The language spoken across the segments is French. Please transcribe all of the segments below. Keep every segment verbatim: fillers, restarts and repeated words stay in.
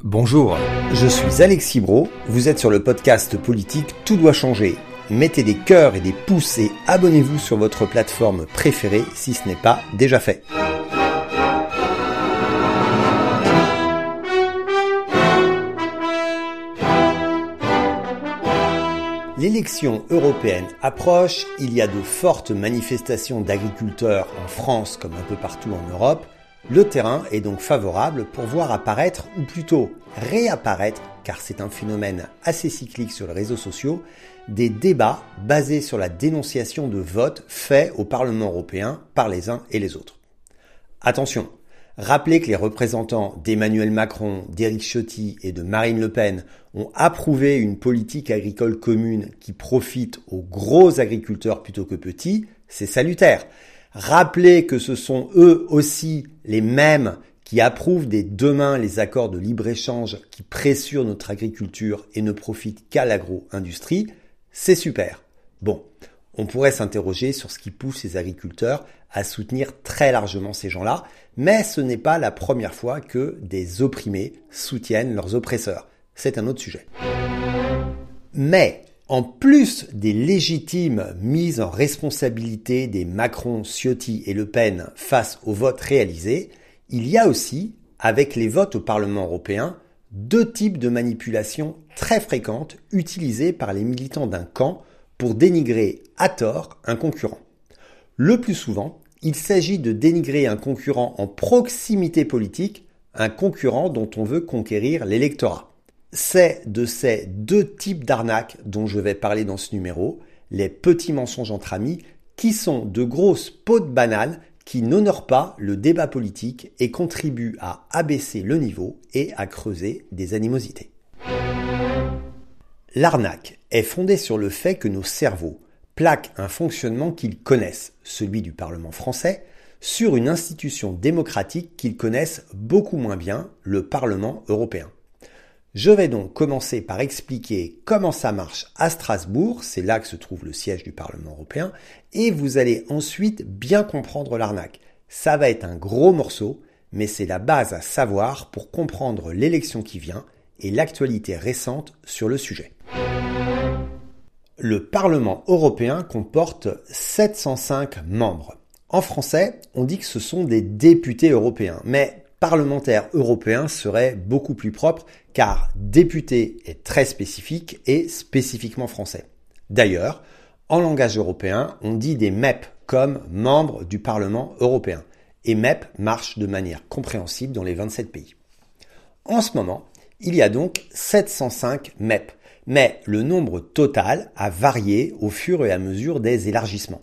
Bonjour, je suis Alexis Bro, vous êtes sur le podcast politique Tout doit changer. Mettez des cœurs et des pouces et abonnez-vous sur votre plateforme préférée si ce n'est pas déjà fait. L'élection européenne approche, il y a de fortes manifestations d'agriculteurs en France comme un peu partout en Europe. Le terrain est donc favorable pour voir apparaître, ou plutôt réapparaître, car c'est un phénomène assez cyclique sur les réseaux sociaux, des débats basés sur la dénonciation de votes faits au Parlement européen par les uns et les autres. Attention, rappelez que les représentants d'Emmanuel Macron, d'Éric Ciotti et de Marine Le Pen ont approuvé une politique agricole commune qui profite aux gros agriculteurs plutôt que petits, c'est salutaire. Rappelez que ce sont eux aussi les mêmes qui approuvent dès demain les accords de libre-échange qui pressurent notre agriculture et ne profitent qu'à l'agro-industrie, c'est super. Bon, on pourrait s'interroger sur ce qui pousse les agriculteurs à soutenir très largement ces gens-là, mais ce n'est pas la première fois que des opprimés soutiennent leurs oppresseurs. C'est un autre sujet. Mais en plus des légitimes mises en responsabilité des Macron, Ciotti et Le Pen face aux votes réalisés, il y a aussi, avec les votes au Parlement européen, deux types de manipulations très fréquentes utilisées par les militants d'un camp pour dénigrer à tort un concurrent. Le plus souvent, il s'agit de dénigrer un concurrent en proximité politique, un concurrent dont on veut conquérir l'électorat. C'est de ces deux types d'arnaques dont je vais parler dans ce numéro, les petits mensonges entre amis, qui sont de grosses peaux de banane qui n'honorent pas le débat politique et contribuent à abaisser le niveau et à creuser des animosités. L'arnaque est fondée sur le fait que nos cerveaux plaquent un fonctionnement qu'ils connaissent, celui du Parlement français, sur une institution démocratique qu'ils connaissent beaucoup moins bien, le Parlement européen. Je vais donc commencer par expliquer comment ça marche à Strasbourg, c'est là que se trouve le siège du Parlement européen, et vous allez ensuite bien comprendre l'arnaque. Ça va être un gros morceau, mais c'est la base à savoir pour comprendre l'élection qui vient et l'actualité récente sur le sujet. Le Parlement européen comporte sept cent cinq membres. En français, on dit que ce sont des députés européens, mais parlementaire européen serait beaucoup plus propre car député est très spécifique et spécifiquement français. D'ailleurs, en langage européen, on dit des M E P comme membres du Parlement européen et M E P marche de manière compréhensible dans les vingt-sept pays. En ce moment, il y a donc sept cent cinq M E P, mais le nombre total a varié au fur et à mesure des élargissements.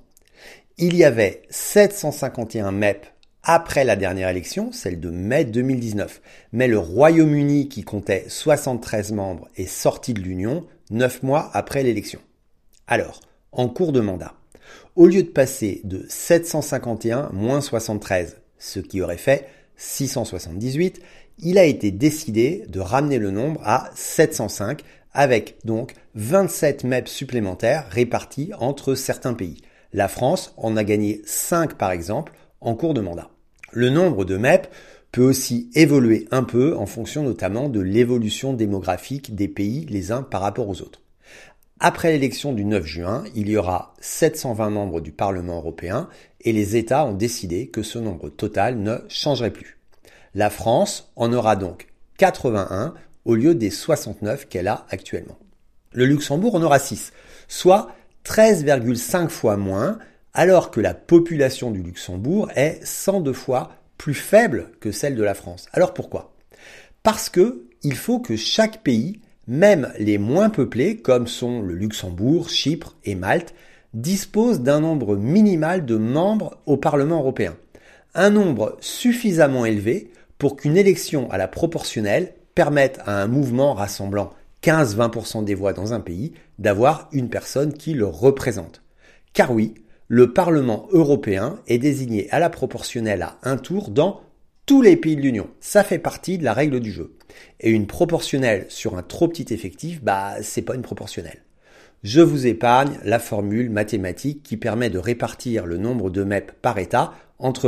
Il y avait sept cent cinquante et un M E P après la dernière élection, celle de mai deux mille dix-neuf. Mais le Royaume-Uni, qui comptait soixante-treize membres, est sorti de l'Union neuf mois après l'élection. Alors, en cours de mandat, au lieu de passer de sept cent cinquante et un moins soixante-treize, ce qui aurait fait six cent soixante-dix-huit, il a été décidé de ramener le nombre à sept cent cinq, avec donc vingt-sept M E P supplémentaires répartis entre certains pays. La France en a gagné cinq par exemple, en cours de mandat. Le nombre de M E P peut aussi évoluer un peu en fonction notamment de l'évolution démographique des pays les uns par rapport aux autres. Après l'élection du neuf juin, il y aura sept cent vingt membres du Parlement européen et les États ont décidé que ce nombre total ne changerait plus. La France en aura donc quatre-vingt-un au lieu des soixante-neuf qu'elle a actuellement. Le Luxembourg en aura six, soit treize virgule cinq fois moins, alors que la population du Luxembourg est cent deux fois plus faible que celle de la France. Alors pourquoi ? Parce que il faut que chaque pays, même les moins peuplés, comme sont le Luxembourg, Chypre et Malte, dispose d'un nombre minimal de membres au Parlement européen. Un nombre suffisamment élevé pour qu'une élection à la proportionnelle permette à un mouvement rassemblant quinze à vingt pour cent des voix dans un pays d'avoir une personne qui le représente. Car oui, le Parlement européen est désigné à la proportionnelle à un tour dans tous les pays de l'Union. Ça fait partie de la règle du jeu. Et une proportionnelle sur un trop petit effectif, bah, c'est pas une proportionnelle. Je vous épargne la formule mathématique qui permet de répartir le nombre de M E P par État entre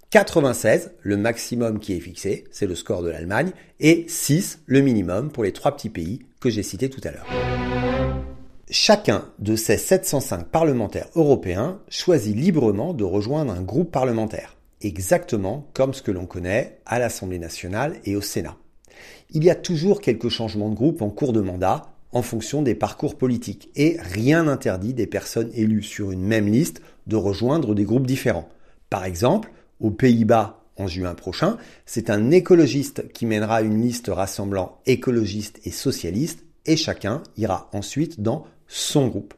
quatre-vingt-seize, le maximum qui est fixé, c'est le score de l'Allemagne, et six, le minimum pour les trois petits pays que j'ai cités tout à l'heure. Chacun de ces sept cent cinq parlementaires européens choisit librement de rejoindre un groupe parlementaire, exactement comme ce que l'on connaît à l'Assemblée nationale et au Sénat. Il y a toujours quelques changements de groupe en cours de mandat en fonction des parcours politiques et rien n'interdit des personnes élues sur une même liste de rejoindre des groupes différents. Par exemple, aux Pays-Bas, en juin prochain, c'est un écologiste qui mènera une liste rassemblant écologistes et socialistes et chacun ira ensuite dans son groupe.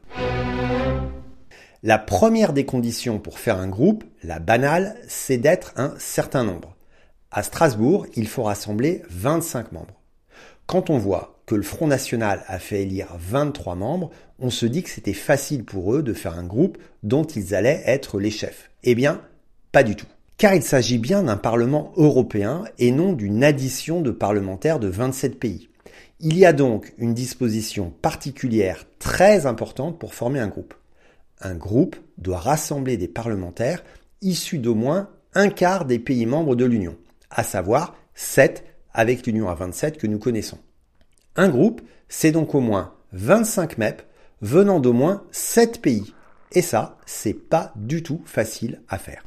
La première des conditions pour faire un groupe, la banale, c'est d'être un certain nombre. À Strasbourg, il faut rassembler vingt-cinq membres. Quand on voit que le Front National a fait élire vingt-trois membres, on se dit que c'était facile pour eux de faire un groupe dont ils allaient être les chefs. Eh bien, pas du tout. Car il s'agit bien d'un Parlement européen et non d'une addition de parlementaires de vingt-sept pays. Il y a donc une disposition particulière très importante pour former un groupe. Un groupe doit rassembler des parlementaires issus d'au moins un quart des pays membres de l'Union, à savoir sept avec l'Union à vingt-sept que nous connaissons. Un groupe, c'est donc au moins vingt-cinq M E P venant d'au moins sept pays. Et ça, c'est pas du tout facile à faire.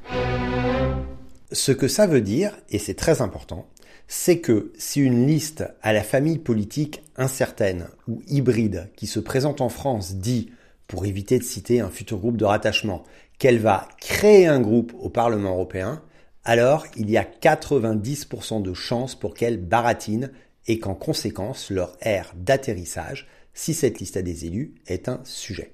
Ce que ça veut dire, et c'est très important, c'est que si une liste à la famille politique incertaine ou hybride qui se présente en France dit, pour éviter de citer un futur groupe de rattachement, qu'elle va créer un groupe au Parlement européen, alors il y a quatre-vingt-dix pour cent de chances pour qu'elle baratine et qu'en conséquence leur aire d'atterrissage, si cette liste a des élus, est un sujet.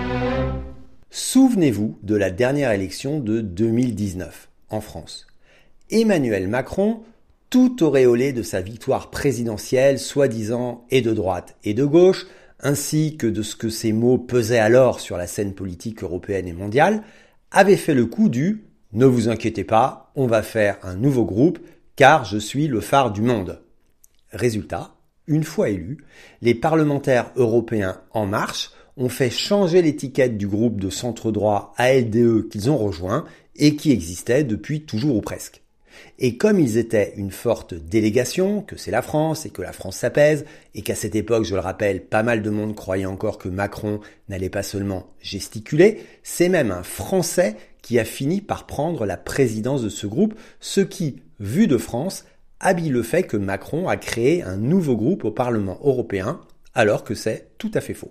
Souvenez-vous de la dernière élection de deux mille dix-neuf en France. Emmanuel Macron, tout auréolé de sa victoire présidentielle, soi-disant et de droite et de gauche, ainsi que de ce que ses mots pesaient alors sur la scène politique européenne et mondiale, avait fait le coup du « Ne vous inquiétez pas, on va faire un nouveau groupe, car je suis le phare du monde ». Résultat, une fois élus, les parlementaires européens En Marche ont fait changer l'étiquette du groupe de centre-droit A L D E qu'ils ont rejoint et qui existait depuis toujours ou presque. Et comme ils étaient une forte délégation, que c'est la France et que la France s'apaise, et qu'à cette époque, je le rappelle, pas mal de monde croyait encore que Macron n'allait pas seulement gesticuler, c'est même un Français qui a fini par prendre la présidence de ce groupe, ce qui, vu de France, habille le fait que Macron a créé un nouveau groupe au Parlement européen, alors que c'est tout à fait faux.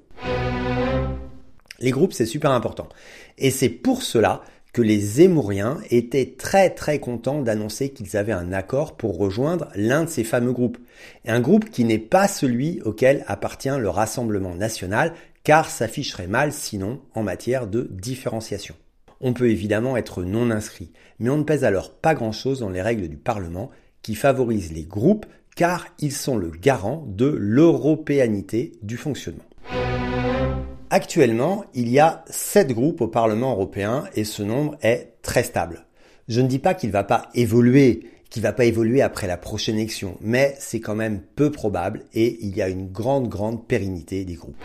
Les groupes, c'est super important. Et c'est pour cela que les Zemmouriens étaient très très contents d'annoncer qu'ils avaient un accord pour rejoindre l'un de ces fameux groupes. Et un groupe qui n'est pas celui auquel appartient le Rassemblement national, car s'afficherait mal sinon en matière de différenciation. On peut évidemment être non inscrit, mais on ne pèse alors pas grand-chose dans les règles du Parlement qui favorisent les groupes car ils sont le garant de l'européanité du fonctionnement. Actuellement, il y a sept groupes au Parlement européen et ce nombre est très stable. Je ne dis pas qu'il ne va pas évoluer, qu'il ne va pas évoluer après la prochaine élection, mais c'est quand même peu probable et il y a une grande, grande pérennité des groupes.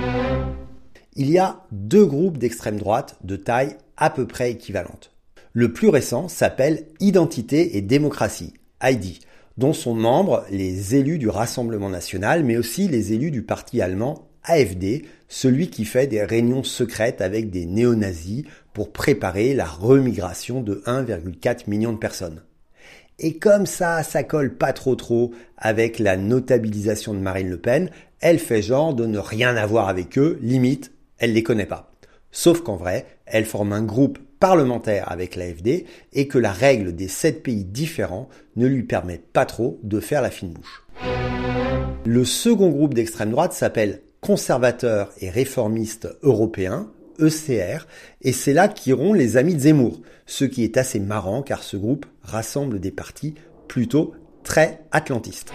Il y a deux groupes d'extrême droite de taille à peu près équivalente. Le plus récent s'appelle Identité et démocratie, I D, dont sont membres les élus du Rassemblement national, mais aussi les élus du parti allemand A F D, celui qui fait des réunions secrètes avec des néo-nazis pour préparer la remigration de un virgule quatre million de personnes. Et comme ça, ça colle pas trop trop avec la notabilisation de Marine Le Pen, elle fait genre de ne rien avoir avec eux, limite, elle les connaît pas. Sauf qu'en vrai, elle forme un groupe parlementaire avec l'A F D et que la règle des sept pays différents ne lui permet pas trop de faire la fine bouche. Le second groupe d'extrême droite s'appelle Conservateurs et réformistes européens, E C R, et c'est là qu'iront les amis de Zemmour, ce qui est assez marrant car ce groupe rassemble des partis plutôt très atlantistes.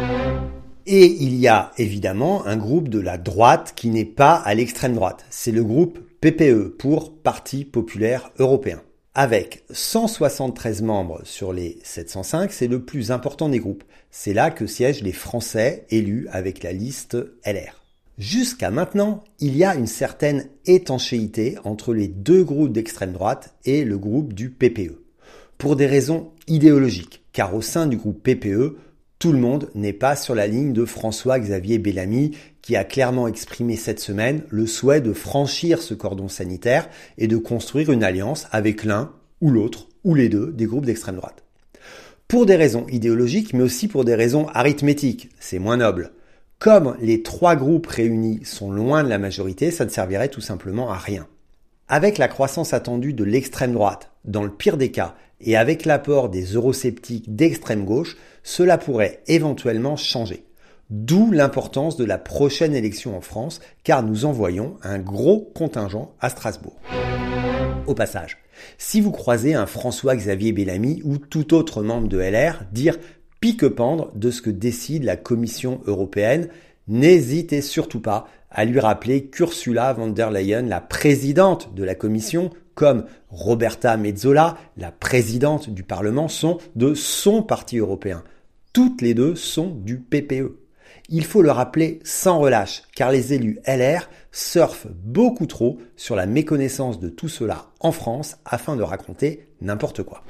Et il y a évidemment un groupe de la droite qui n'est pas à l'extrême droite, c'est le groupe P P E pour Parti populaire européen. Avec cent soixante-treize membres sur les sept cent cinq, c'est le plus important des groupes. C'est là que siègent les Français élus avec la liste L R. Jusqu'à maintenant, il y a une certaine étanchéité entre les deux groupes d'extrême droite et le groupe du P P E. Pour des raisons idéologiques, car au sein du groupe P P E, tout le monde n'est pas sur la ligne de François-Xavier Bellamy, qui a clairement exprimé cette semaine le souhait de franchir ce cordon sanitaire et de construire une alliance avec l'un ou l'autre, ou les deux, des groupes d'extrême droite. Pour des raisons idéologiques, mais aussi pour des raisons arithmétiques, c'est moins noble. Comme les trois groupes réunis sont loin de la majorité, ça ne servirait tout simplement à rien. Avec la croissance attendue de l'extrême droite, dans le pire des cas, et avec l'apport des eurosceptiques d'extrême gauche, cela pourrait éventuellement changer. D'où l'importance de la prochaine élection en France, car nous envoyons un gros contingent à Strasbourg. Au passage, si vous croisez un François-Xavier Bellamy ou tout autre membre de L R dire pique-pendre de ce que décide la Commission européenne, n'hésitez surtout pas à lui rappeler qu'Ursula von der Leyen, la présidente de la Commission, comme Roberta Metsola, la présidente du Parlement, sont de son parti européen. Toutes les deux sont du P P E. Il faut le rappeler sans relâche, car les élus L R surfent beaucoup trop sur la méconnaissance de tout cela en France afin de raconter n'importe quoi.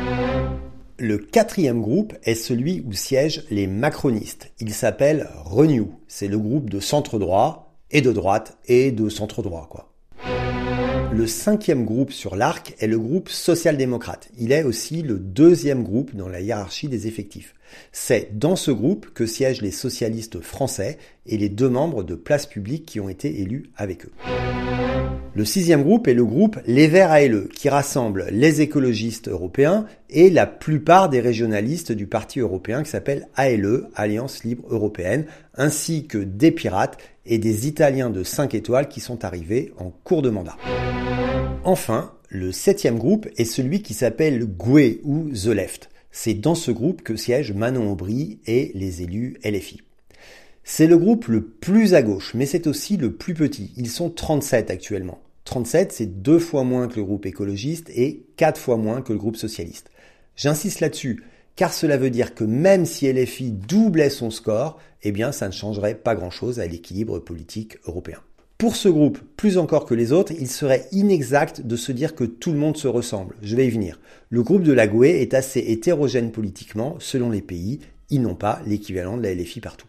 Le quatrième groupe est celui où siègent les macronistes. Il s'appelle Renew. C'est le groupe de centre-droit et de droite et de centre-droit, quoi. Le cinquième groupe sur l'arc est le groupe social-démocrate. Il est aussi le deuxième groupe dans la hiérarchie des effectifs. C'est dans ce groupe que siègent les socialistes français et les deux membres de Place Publique qui ont été élus avec eux. Le sixième groupe est le groupe Les Verts A L E, qui rassemble les écologistes européens et la plupart des régionalistes du parti européen qui s'appelle A L E, Alliance Libre Européenne, ainsi que des pirates et des Italiens de cinq étoiles qui sont arrivés en cours de mandat. Enfin, le septième groupe est celui qui s'appelle G U E ou The Left. C'est dans ce groupe que siègent Manon Aubry et les élus L F I. C'est le groupe le plus à gauche, mais c'est aussi le plus petit. Ils sont trente-sept actuellement. trente-sept, c'est deux fois moins que le groupe écologiste et quatre fois moins que le groupe socialiste. J'insiste là-dessus, car cela veut dire que même si L F I doublait son score, eh bien ça ne changerait pas grand-chose à l'équilibre politique européen. Pour ce groupe, plus encore que les autres, il serait inexact de se dire que tout le monde se ressemble. Je vais y venir. Le groupe de la G U E est assez hétérogène politiquement selon les pays. Ils n'ont pas l'équivalent de la L F I partout.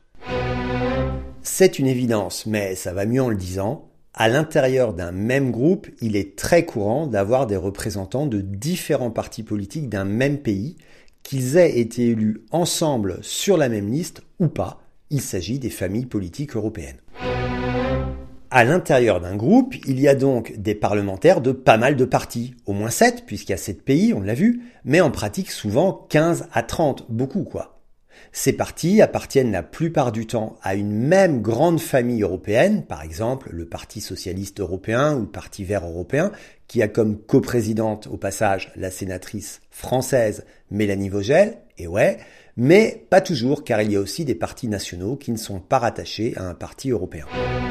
C'est une évidence, mais ça va mieux en le disant. À l'intérieur d'un même groupe, il est très courant d'avoir des représentants de différents partis politiques d'un même pays, qu'ils aient été élus ensemble sur la même liste ou pas. Il s'agit des familles politiques européennes. À l'intérieur d'un groupe, il y a donc des parlementaires de pas mal de partis, au moins sept, puisqu'il y a sept pays, on l'a vu, mais en pratique souvent quinze à trente, beaucoup quoi. Ces partis appartiennent la plupart du temps à une même grande famille européenne, par exemple le Parti socialiste européen ou le Parti vert européen, qui a comme coprésidente au passage la sénatrice française Mélanie Vogel, et ouais, mais pas toujours, car il y a aussi des partis nationaux qui ne sont pas rattachés à un parti européen.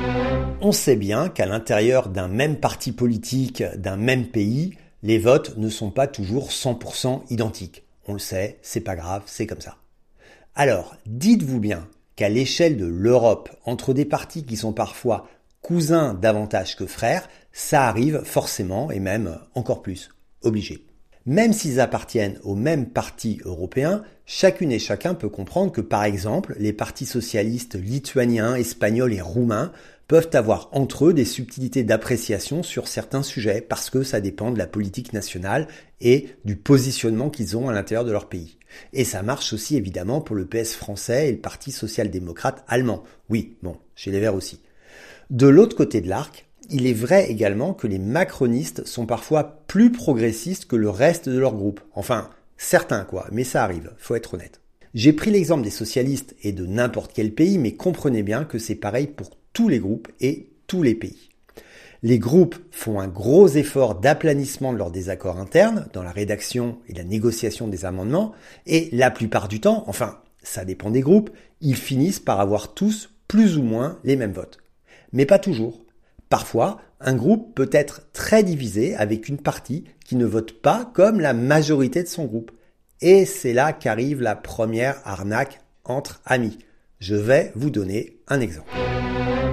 On sait bien qu'à l'intérieur d'un même parti politique, d'un même pays, les votes ne sont pas toujours cent pour cent identiques. On le sait, c'est pas grave, c'est comme ça. Alors, dites-vous bien qu'à l'échelle de l'Europe, entre des partis qui sont parfois cousins davantage que frères, ça arrive forcément et même encore plus, obligé. Même s'ils appartiennent au même parti européen, chacune et chacun peut comprendre que par exemple, les partis socialistes lituaniens, espagnols et roumains peuvent avoir entre eux des subtilités d'appréciation sur certains sujets parce que ça dépend de la politique nationale et du positionnement qu'ils ont à l'intérieur de leur pays. Et ça marche aussi évidemment pour le P S français et le Parti social-démocrate allemand. Oui, bon, chez les Verts aussi. De l'autre côté de l'arc, il est vrai également que les macronistes sont parfois plus progressistes que le reste de leur groupe. Enfin, certains quoi, mais ça arrive, faut être honnête. J'ai pris l'exemple des socialistes et de n'importe quel pays, mais comprenez bien que c'est pareil pour tous les groupes et tous les pays. Les groupes font un gros effort d'aplanissement de leurs désaccords internes dans la rédaction et la négociation des amendements et la plupart du temps, enfin ça dépend des groupes, ils finissent par avoir tous plus ou moins les mêmes votes. Mais pas toujours. Parfois, un groupe peut être très divisé avec une partie qui ne vote pas comme la majorité de son groupe. Et c'est là qu'arrive la première arnaque entre amis. Je vais vous donner un exemple.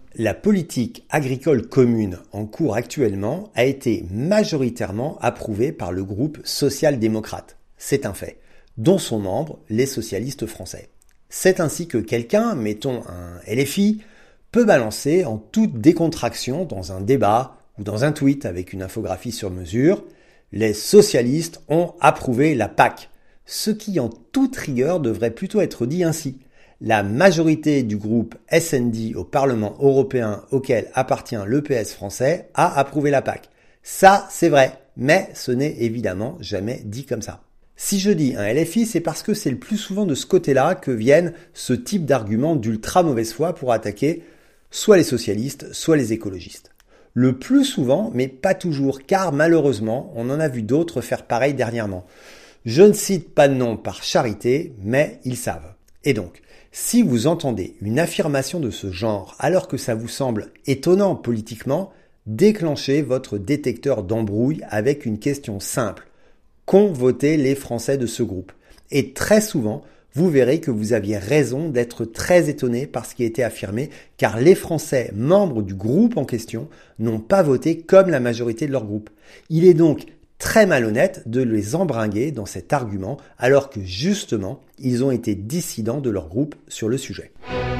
La politique agricole commune en cours actuellement a été majoritairement approuvée par le groupe social-démocrate. C'est un fait, dont sont membres les socialistes français. C'est ainsi que quelqu'un, mettons un L F I, peut balancer en toute décontraction dans un débat ou dans un tweet avec une infographie sur mesure « Les socialistes ont approuvé la P A C », ce qui en toute rigueur devrait plutôt être dit ainsi. La majorité du groupe S N D au Parlement européen auquel appartient l'E P S français a approuvé la P A C. Ça, c'est vrai, mais ce n'est évidemment jamais dit comme ça. Si je dis un L F I, c'est parce que c'est le plus souvent de ce côté-là que viennent ce type d'arguments d'ultra mauvaise foi pour attaquer soit les socialistes, soit les écologistes. Le plus souvent, mais pas toujours, car malheureusement, on en a vu d'autres faire pareil dernièrement. Je ne cite pas de nom par charité, mais ils savent. Et donc, si vous entendez une affirmation de ce genre alors que ça vous semble étonnant politiquement, déclenchez votre détecteur d'embrouille avec une question simple. Qu'ont voté les Français de ce groupe? Et très souvent, vous verrez que vous aviez raison d'être très étonné par ce qui a été affirmé, car les Français membres du groupe en question n'ont pas voté comme la majorité de leur groupe. Il est donc très malhonnête de les embringuer dans cet argument, alors que justement, ils ont été dissidents de leur groupe sur le sujet.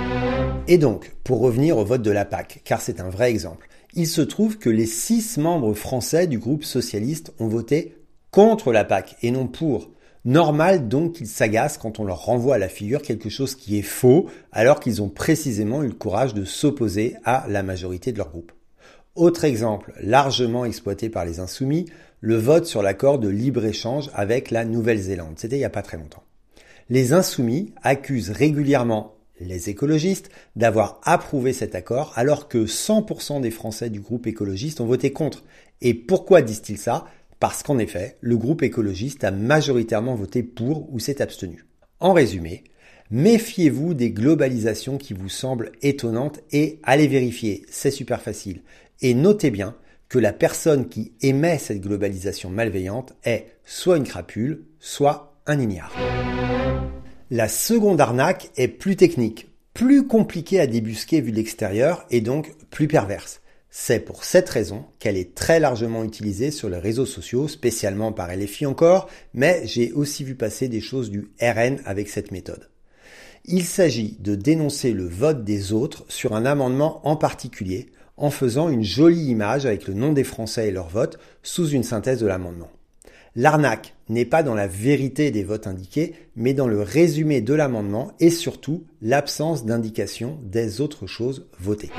Et donc, pour revenir au vote de la P A C, car c'est un vrai exemple, il se trouve que les six membres français du groupe socialiste ont voté contre la P A C et non pour. Normal donc qu'ils s'agacent quand on leur renvoie à la figure quelque chose qui est faux, alors qu'ils ont précisément eu le courage de s'opposer à la majorité de leur groupe. Autre exemple, largement exploité par les insoumis, le vote sur l'accord de libre-échange avec la Nouvelle-Zélande. C'était il n'y a pas très longtemps. Les insoumis accusent régulièrement les écologistes d'avoir approuvé cet accord alors que cent pour cent des Français du groupe écologiste ont voté contre. Et pourquoi disent-ils ça? Parce qu'en effet, le groupe écologiste a majoritairement voté pour ou s'est abstenu. En résumé, méfiez-vous des globalisations qui vous semblent étonnantes et allez vérifier, c'est super facile. Et notez bien que la personne qui émet cette globalisation malveillante est soit une crapule, soit un ignare. La seconde arnaque est plus technique, plus compliquée à débusquer vu de l'extérieur et donc plus perverse. C'est pour cette raison qu'elle est très largement utilisée sur les réseaux sociaux, spécialement par L F I encore, mais j'ai aussi vu passer des choses du R N avec cette méthode. Il s'agit de dénoncer le vote des autres sur un amendement en particulier, en faisant une jolie image avec le nom des Français et leur vote sous une synthèse de l'amendement. L'arnaque n'est pas dans la vérité des votes indiqués, mais dans le résumé de l'amendement et surtout l'absence d'indication des autres choses votées.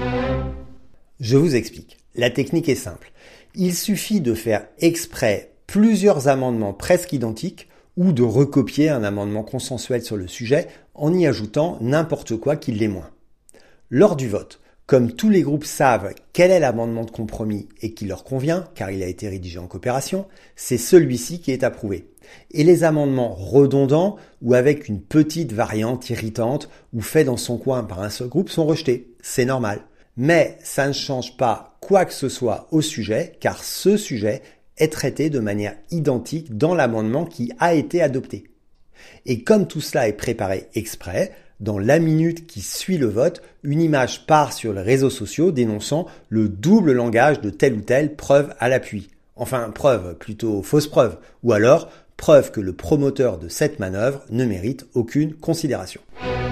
Je vous explique. La technique est simple. Il suffit de faire exprès plusieurs amendements presque identiques ou de recopier un amendement consensuel sur le sujet en y ajoutant n'importe quoi qui l'est moins. Lors du vote, comme tous les groupes savent quel est l'amendement de compromis et qui leur convient, car il a été rédigé en coopération, c'est celui-ci qui est approuvé. Et les amendements redondants ou avec une petite variante irritante ou faits dans son coin par un seul groupe sont rejetés. C'est normal. Mais ça ne change pas quoi que ce soit au sujet, car ce sujet est traité de manière identique dans l'amendement qui a été adopté. Et comme tout cela est préparé exprès, dans la minute qui suit le vote, une image part sur les réseaux sociaux dénonçant le double langage de telle ou telle preuve à l'appui. Enfin, preuve, plutôt fausse preuve, ou alors preuve que le promoteur de cette manœuvre ne mérite aucune considération.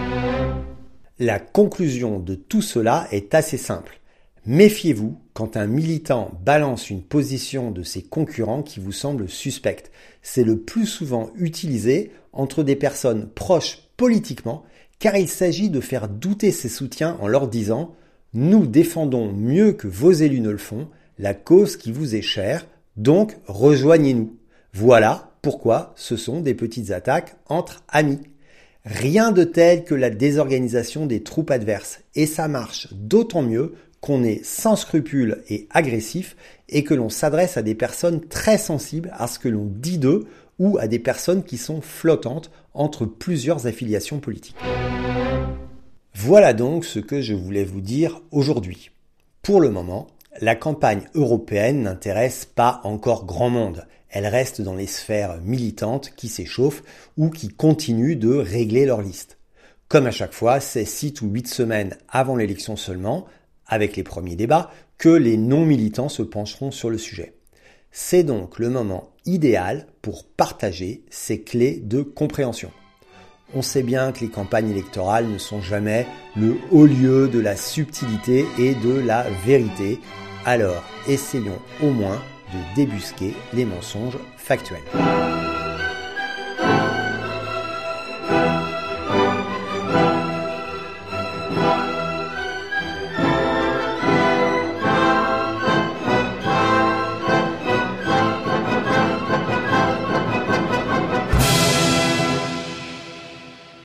La conclusion de tout cela est assez simple. Méfiez-vous quand un militant balance une position de ses concurrents qui vous semble suspecte. C'est le plus souvent utilisé entre des personnes proches politiquement, car il s'agit de faire douter ses soutiens en leur disant « Nous défendons mieux que vos élus ne le font la cause qui vous est chère, donc rejoignez-nous ». Voilà pourquoi ce sont des petites attaques entre amis. Rien de tel que la désorganisation des troupes adverses, et ça marche d'autant mieux qu'on est sans scrupules et agressif et que l'on s'adresse à des personnes très sensibles à ce que l'on dit d'eux ou à des personnes qui sont flottantes entre plusieurs affiliations politiques. Voilà donc ce que je voulais vous dire aujourd'hui. Pour le moment, la campagne européenne n'intéresse pas encore grand monde. Elle reste dans les sphères militantes qui s'échauffent ou qui continuent de régler leur liste. Comme à chaque fois, c'est six ou huit semaines avant l'élection seulement, avec les premiers débats, que les non-militants se pencheront sur le sujet. C'est donc le moment idéal pour partager ces clés de compréhension. On sait bien que les campagnes électorales ne sont jamais le haut lieu de la subtilité et de la vérité, alors essayons au moins de débusquer les mensonges factuels.